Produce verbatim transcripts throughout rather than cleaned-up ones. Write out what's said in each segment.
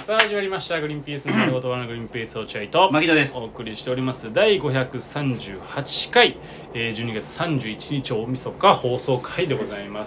さあ始まりましたグリーンピースの丸ごとバナナグリーンピース落合と牧野です。 お送りしておりますだいごひゃくさんじゅうはちかい、えー、じゅうにがつさんじゅういちにち大晦日放送回でございます。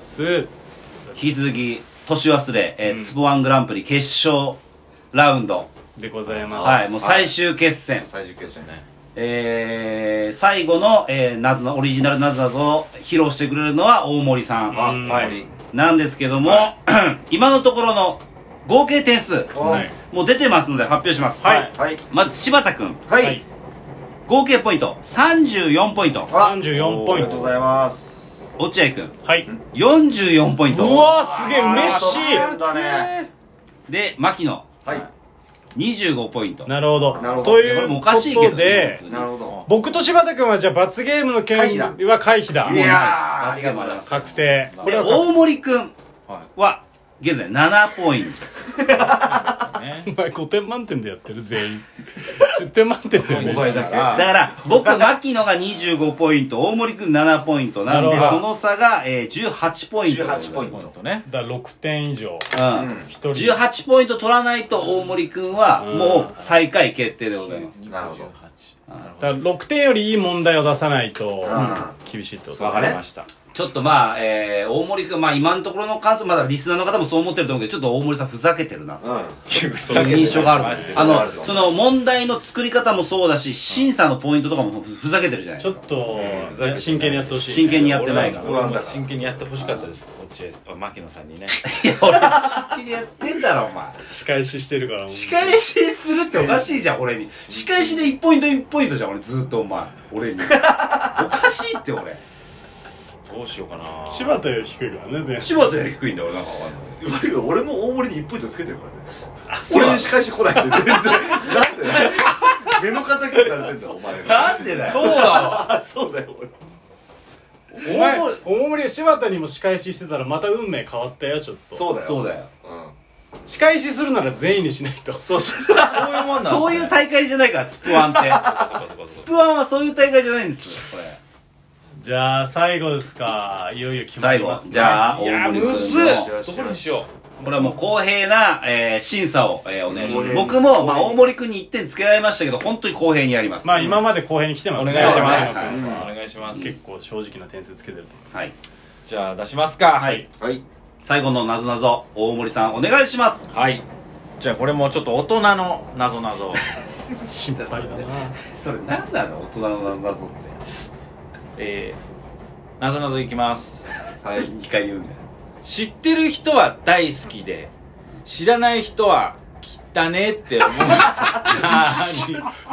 引き続き年忘れ、えーうんツボワングランプリ決勝ラウンド、 でございます。 はい、もう最終決戦、 最終決戦ね。 えー、最後の、えー、謎のオリジナルなぞなぞを披露してくれるのは大森さん、 あ、 うんはい。 なんですけども、 は今のところの合計点数はいもう出てますので発表します。 はいはい。 まず柴田君、 はい。 はい合計ポイントさんじゅうよんポイント、 あさんじゅうよんポイント。 ありがとうございます。 落合君はいよんじゅうよんポイント、 うわーすげえ嬉しあだね。 で牧野はい。 にじゅうごポイント。 い。なるほど。 なるほどといういやこれもおかしいけどことでねなるほど。 僕と柴田君はじゃあ罰ゲームの権利は回避だ。 いやー、ありがとうございます。 確定。こでれは大森君は現在ななポイント。 お前ごてん満点でやってる全員じゅってん満点でやってるごばいだけ。 だから僕牧野がにじゅうごポイント、大森君ななポイントなんでなるほどその差が、えー、じゅうはちポイント。 じゅうはちポイント。 ね。 だからろくてん以上うんうん一人じゅうはちポイント取らないと大森君はうんもう最下位決定でございます。 なるほど。 だからろくてんよりいい問題を出さないとう厳しいってことわだね。 かりました。 ちょっとまあ、えー、大森君、まあ今のところの関数、まだリスナーの方もそう思ってると思うけど、ちょっと大森さんふざけてるな。 うん。 そういう印象があると思う。あのあると、思うその問題の作り方もそうだし、審査のポイントとかもふふざけてるじゃないちですか。 ょっと真剣にやってほしい。 真剣にやってないから。 俺は真剣にやってほしかったです。落合、牧野さんにね。 いや、俺、真剣にやってんだろ、お前。 仕返ししてるから。 仕返しするっておかしいじゃん、俺に。仕返しでいちポイントいちポイントじゃん、俺ずっとお前。俺に。おかしいって、俺。 どうしようかな。 柴田より低いからね。で柴田より低いんだよ、俺なんかわかんない。 俺も大盛りにいちポイントつけてるからね。 そう俺に仕返し来ないって全然。なんで目の敵にされてんだお前が。 なんでだよ。 そうだわ。 あ、そうだよ、俺。 お前大森柴田にも仕返ししてたらまた運命変わったよちょっと。 そうだよ。 そうだよ。 うん。 仕返しするなら全員にしないと。 そうそう。 そういうもんなんですねそういう大会じゃないから、ツプワンって。ツプワンはそういう大会じゃないんですよ、これ。 じゃあ最後ですか。いよいよ決ま最後りますね。 じゃあいやー、 大森君のむずっ。どこにしよこれはもう公平な、えー審査を、えーお願いします。 公平僕も、まあ、大森君にいってんつけられましたけど、本当に公平にやります。 まあ今まで後編に来てう。 ますね。 お願いしまはいす。 うんお願いします。 結構正直な点数つけてるとはい。 じゃあ出しますか。 はい。 はい。 最後のなぞなぞ、大森さんお願いします。 はい。じゃあこれもちょっと大人のなぞなぞ。 心配だな。 それ何なの大人のなぞなぞって。 えー、なぞなぞいきます。 はい。 にかい言うんだよ。 知ってる人は大好きで、知らない人は汚ねって思う。 はい。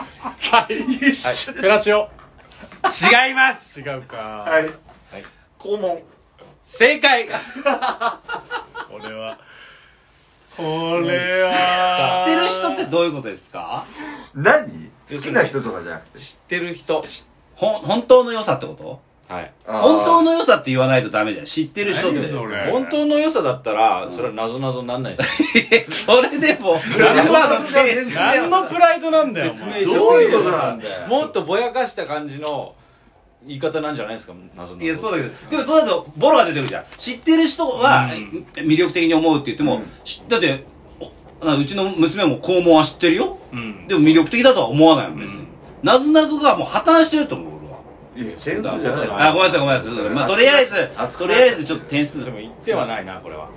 ペラチオ。 違います。 違うか。 はい。肛門。 正解。 これは。これは。 知ってる人ってどういうことですか？ 何好きな人とかじゃん。 知ってる人。 ほん、本当の良さってこと？ はい。 本当の良さって言わないとダメじゃん。知ってる人って。 何それ本当の良さだったら、それはなぞなぞになんないです。 それでも、 何の今の謎じゃねえんだよ何のプライドなんだよ。お前説明どういうことなんだよ。 もっとぼやかした感じの言い方なんじゃないですか、なぞなぞ。 いや、そうだけど、でもそうだと、ボロが出てくるじゃん。知ってる人は、 うん魅力的に思うって言っても、 うんしだって、おうちの娘も肛門は知ってるよ。 うん。 でも魅力的だとは思わないもん、別にうん。 なぞなぞがもう破綻してると思う、俺は。 いや、点数じゃない。 あ、ごめんなさい、ごめんなさい。それまあ、とりあえず、とりあえずちょっと点数。 でも言ってはないな、これは。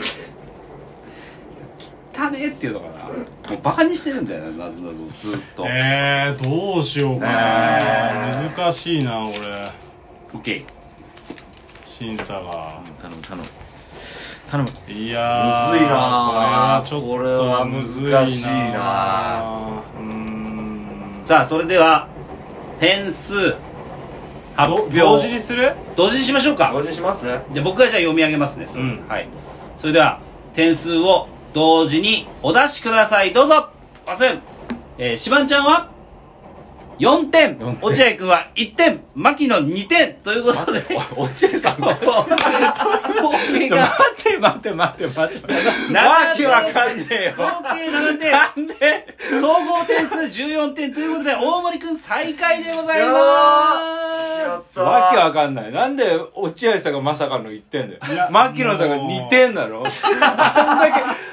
汚ねえっていうのかな。もうバカにしてるんだよな、なぞなぞずっと。 えー、どうしようかな。難しいな、俺。 オッケー。 審査が。 頼む、頼む。頼む。 いやー。 むずいなーこれはちょっとこれはむずいな。 難しいなうーん。 さあ、それでは、点数、発ど表。 同時にする？ 同時にしましょうか。 同時しますね。 じゃあ僕がじゃあ読み上げますね。それうんはい。それでは、点数を同時にお出しください。どうぞ。パスン。えー、しばんちゃんはよんてん、落合くんはいってん、牧野にてんということで、 落合さんが。 合計が待って待って待って待って。 ななわけわかんねえよ。 合計ななてん、 なんで総合点数じゅうよんてんということで、大森くん最下位でございやまったー。 わけわかんない。なんで落合さんがまさかのいってんだよ。牧野さんがにてんだろ。あんだけ、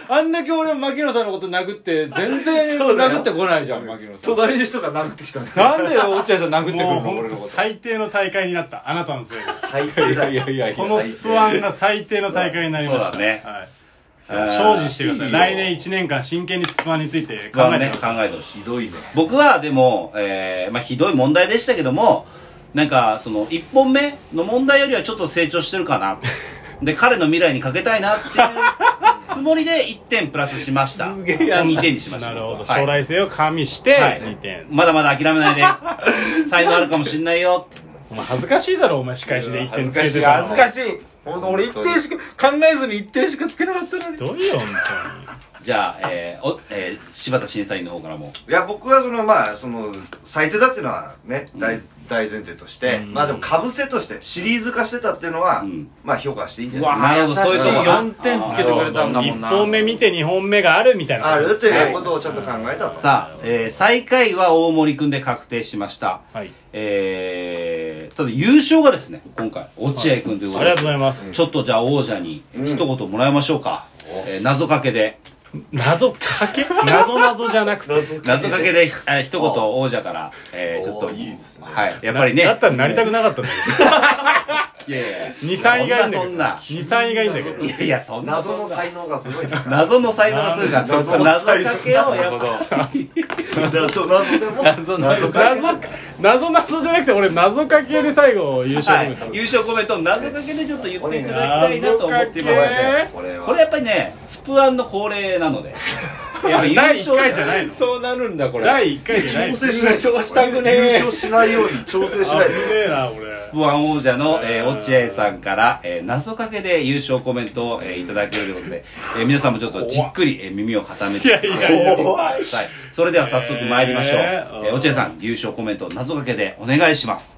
あんだけ俺牧野さんのこと殴って全然そうだよ殴ってこないじゃん牧野さん。 隣の人が殴ってきたんだよ。 なんで落合さん殴ってくるのもう本当俺のこと。 最低の大会になったあなたのせいです最低だ。 いやいやいやこのつぷワンが最低の大会になりましたそうだねはいあー精進してくださいいいよ来年いちねんかん真剣につぷワンについて考えてねください考えてほしい。 ひどいね。 僕はでも、えーまあ、ひどい問題でしたけども、なんかそのいっぽんめの問題よりはちょっと成長してるかなで彼の未来にかけたいなっていうつもりでいってんプラスしましたすげえやにてんにしました。 なるほどはい将来性を加味してはいにてんまだまだ諦めないで才能あるかもしんないよ。 お前恥ずかしいだろお前仕返しでいってんつけ恥ずてたのかしい恥ずかしい。俺一点しか考えずに一点しかつけなかったのに。 どうよ本じゃあ、えーおえー柴田審査員の方からも。 いや、僕はその、まあ、その、最低だっていうのはね、大、大前提として、 うんまあでも、かぶせとして、シリーズ化してたっていうのは、 うんまあ、評価していいんじゃないなるほどそういうとこなよんてんつけてくれたんだ当に1 もんな。 本目見てにほんめがあるみたいなあるってことですねいうことをちょっと考えたと。 さあ、えー最下位は大森くんで確定しました。 はいえー、ただ優勝がですね、今回、落合くんということで、 ありがとうございますちょっとじゃあ王者に一言もらいましょうか。えー謎かけで。 謎かけ謎謎じゃなくて謎かけで、えー一言王者から、えー、ちょっと。 おーいいですねはい。やっぱりね。 だったらなりたくなかったんだけいやいやどに、さんいがいいんだけどそんなに、さんいがいいんだけどそんな。いやいや、そんな。 謎の才能がすごいな。 謎の才能がするから、 謎の謎才能かけをやっぱ。 謎謎でも、 謎謎かけ。 謎謎謎じゃなくて俺謎かけで最後優勝はい決めた、 優勝コメント謎かけでちょっと言っていただきたいなと思っています。 謎かけこれは。 これやっぱりね、スプワンの恒例なので。やっぱ優だいいっ勝かいじゃないのそうなるんだこれ。 だいいっかいじゃないの調整しない。 優勝したくねえ優勝しないように調整しない危ねえな俺スプワン王者の、えー、落合さんから、えー、謎かけで優勝コメントを、えー、いただけるということで、えー、皆さんもちょっとじっくり、えー、耳を傾めていやいやいやください。それでは早速参りましょう。 えーえー、落合さん、優勝コメント謎かけでお願いします。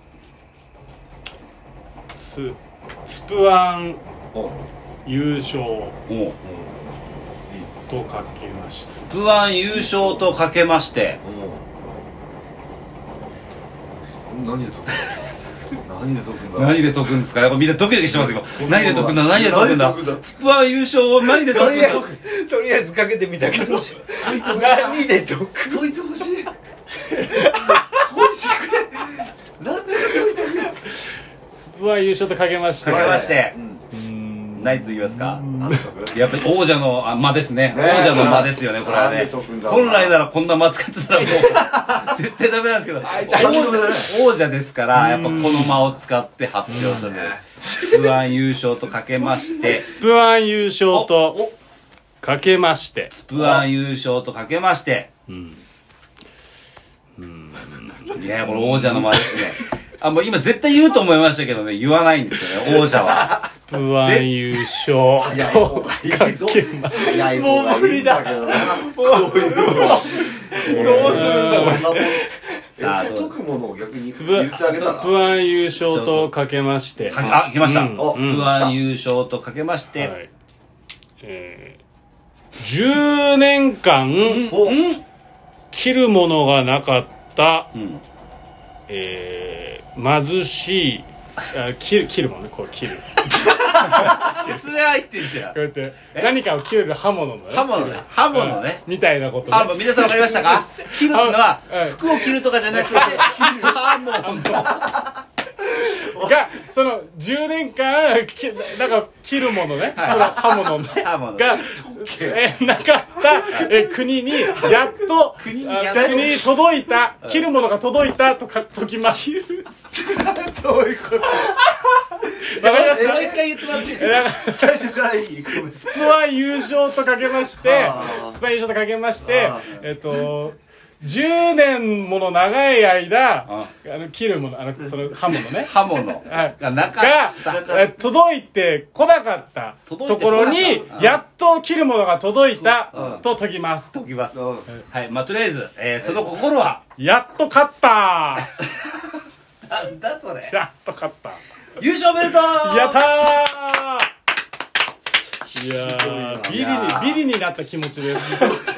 ススプワンお優勝おうとかけましスプワン優勝とかけまして、 うん何で解く何で解くんだ何で解くんですか？やっぱみんなドキドキしてますよ。何で解くんだ何で解くんだ何で解くんだスプワン優勝を何で解くんだ何で解くとりあえずかけてみたけど。 解いてほしい何で解く？ 解いてほしい解いてくれなんで解いてくれスプワン優勝とかけましてかけましてうんうーん何と言いますか？ なんで解くやっぱり王者のあ間ですね。 ね王者の間ですよね、これはなんねで解くん。だ本来ならこんな間使ってたらもう絶対ダメなんですけど、王王者ですから、やっぱこの間を使って発表したので、スプワン優勝とかけまして、 スプワン優勝おとおかけましてスプワン優勝とかけまして、 うんいや、これ王者の間ですね。あ、もう今絶対言うと思いましたけどね、言わないんですよね、王者は。 スプワン優勝早い方がいいぞ早い方がいいんだけどなこういうのはどうするんだこれ。 こんなもんさあえ解くものを逆にスプ言ってあげたらスプワン優勝とかけましてかけあ、来ました。 うんおスプワン優勝とかけまして、 はいえー、じゅうねんかんおうん切るものがなかった、 うん。 えー、貧しいあ切る切るもんねこう切る説明入ってんじゃんこ。うやって何かを切る刃物のね刃物ね。刃物ね。 みたいなことねあ、もう皆さんわかりましたか？切るっていうのははい、 服を切るとかじゃなくて、刃物。 がそのじゅうねんかんきなんか切るものね、 はいその刃物ね刃物がえなかったえ国にやっと国にやっとあ国に届いた切るものが届いたとか解きますどういうことわかりましもうた一回言ってもらっていいですか？ えなんか最初からいいごめんスプワン優勝とかけましてあースプワン優勝とかけましてあえっとじゅうねんもの長い間ああの切るものあのその刃物ね刃物はいがなかがった。 え届いてこなかった届いてところにこなかったやっと切るものが届いたうんと解きます解きます。 うんはい、まあ、とりあえず、えー、その心は、 やっと勝ったなんだそれ。 やっと勝った優勝おめでとうやったーいやービリにビリになった気持ちです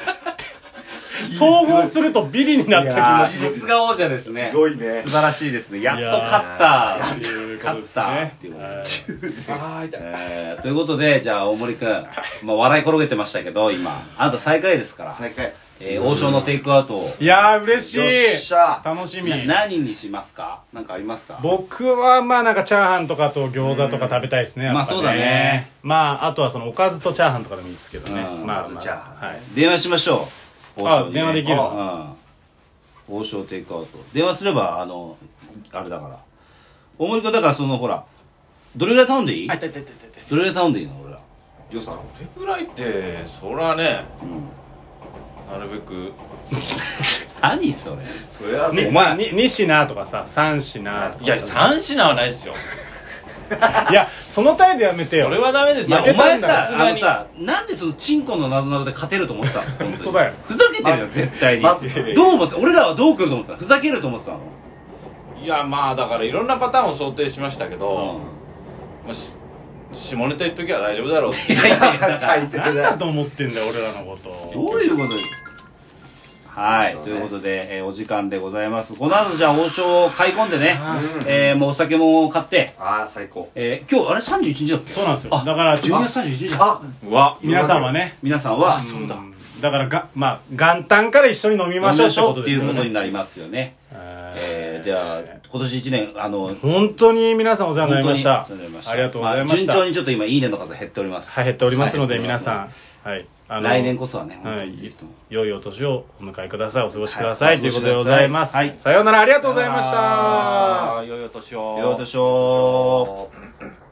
総合するとビリになった気持ちですさすが王者ですね。 すごいね素晴らしいですね。やっと勝った。 っていうことですね。 勝ったっていうことではいああ痛いえー、ということで、じゃあ大森くん、まあ、笑い転げてましたけど、今、あなた最下位ですから、 最下位。 えー、王将のテイクアウトを、 いやー嬉しよっい。 しゃ楽しみ。 な何にしますか？なんかありますか？ 僕はまあなんかチャーハンとかと餃子とか食べたいですね。やっぱまあそうだね。 まああとはそのおかずとチャーハンとかでもいいですけどね。 うんまあまおかずチャーハあはい。 電話しましょう。王将にねあ電話できるうん。王将テイクアウト。電話すれば、あの、あれだから。大森くんだからそのほら、どれぐらい頼んでいい？ あ痛い痛い痛い痛い痛い。 どれぐらい頼んでいいの俺ら。 予算。 これぐらいってそらねうん。 なるべく何それ。 それはにね、 お前にに品とかささん品とか。 いやさん品はないですよいやその態度やめてよ。 それはダメですいや、 よお前さ、 さすがにあのさ、なんでそのチンコのなぞなぞで勝てると思ってたの？本当に本当だよふざけてるよ、絶対に。 まずどう思って、俺らはどう来ると思ってたの？ふざけると思ってたの？ いやまあだからいろんなパターンを想定しましたけど、 うまあ、し下ネタ言っときゃ大丈夫だろうってん。いやいやいや、だから最低何だよ。 だと思ってんだよ俺らのこと。 どういうことですはい、ということで、えーお時間でございます。この後じゃあ王将を買い込んでね、えーもうお酒も買って、 ああ、最高。 えー今日あれさんじゅういちにちだっけ？ そうなんですよあだからじゅうにがつさんじゅういちにちだ。 あ、 うわ皆さんはね。 皆さんは、 そうだ。だからがまあ元旦から一緒に飲みましょうってことっていうですよね。 ことになりますよね。えー、では今年いちねんあの本当に皆さんお世話になりました。 本当にお世話になりましたありがとうございました。 あ順調にちょっと今いいねの数減っております。 はい減っておりますのではい皆さんはいあの来年こそはね、本はい当にぜひとも。 良いお年をお迎えくださいお過ごしください、 はいということでございます、 はいさようならありがとうございました。 あー良いお年をよいお年を。 あ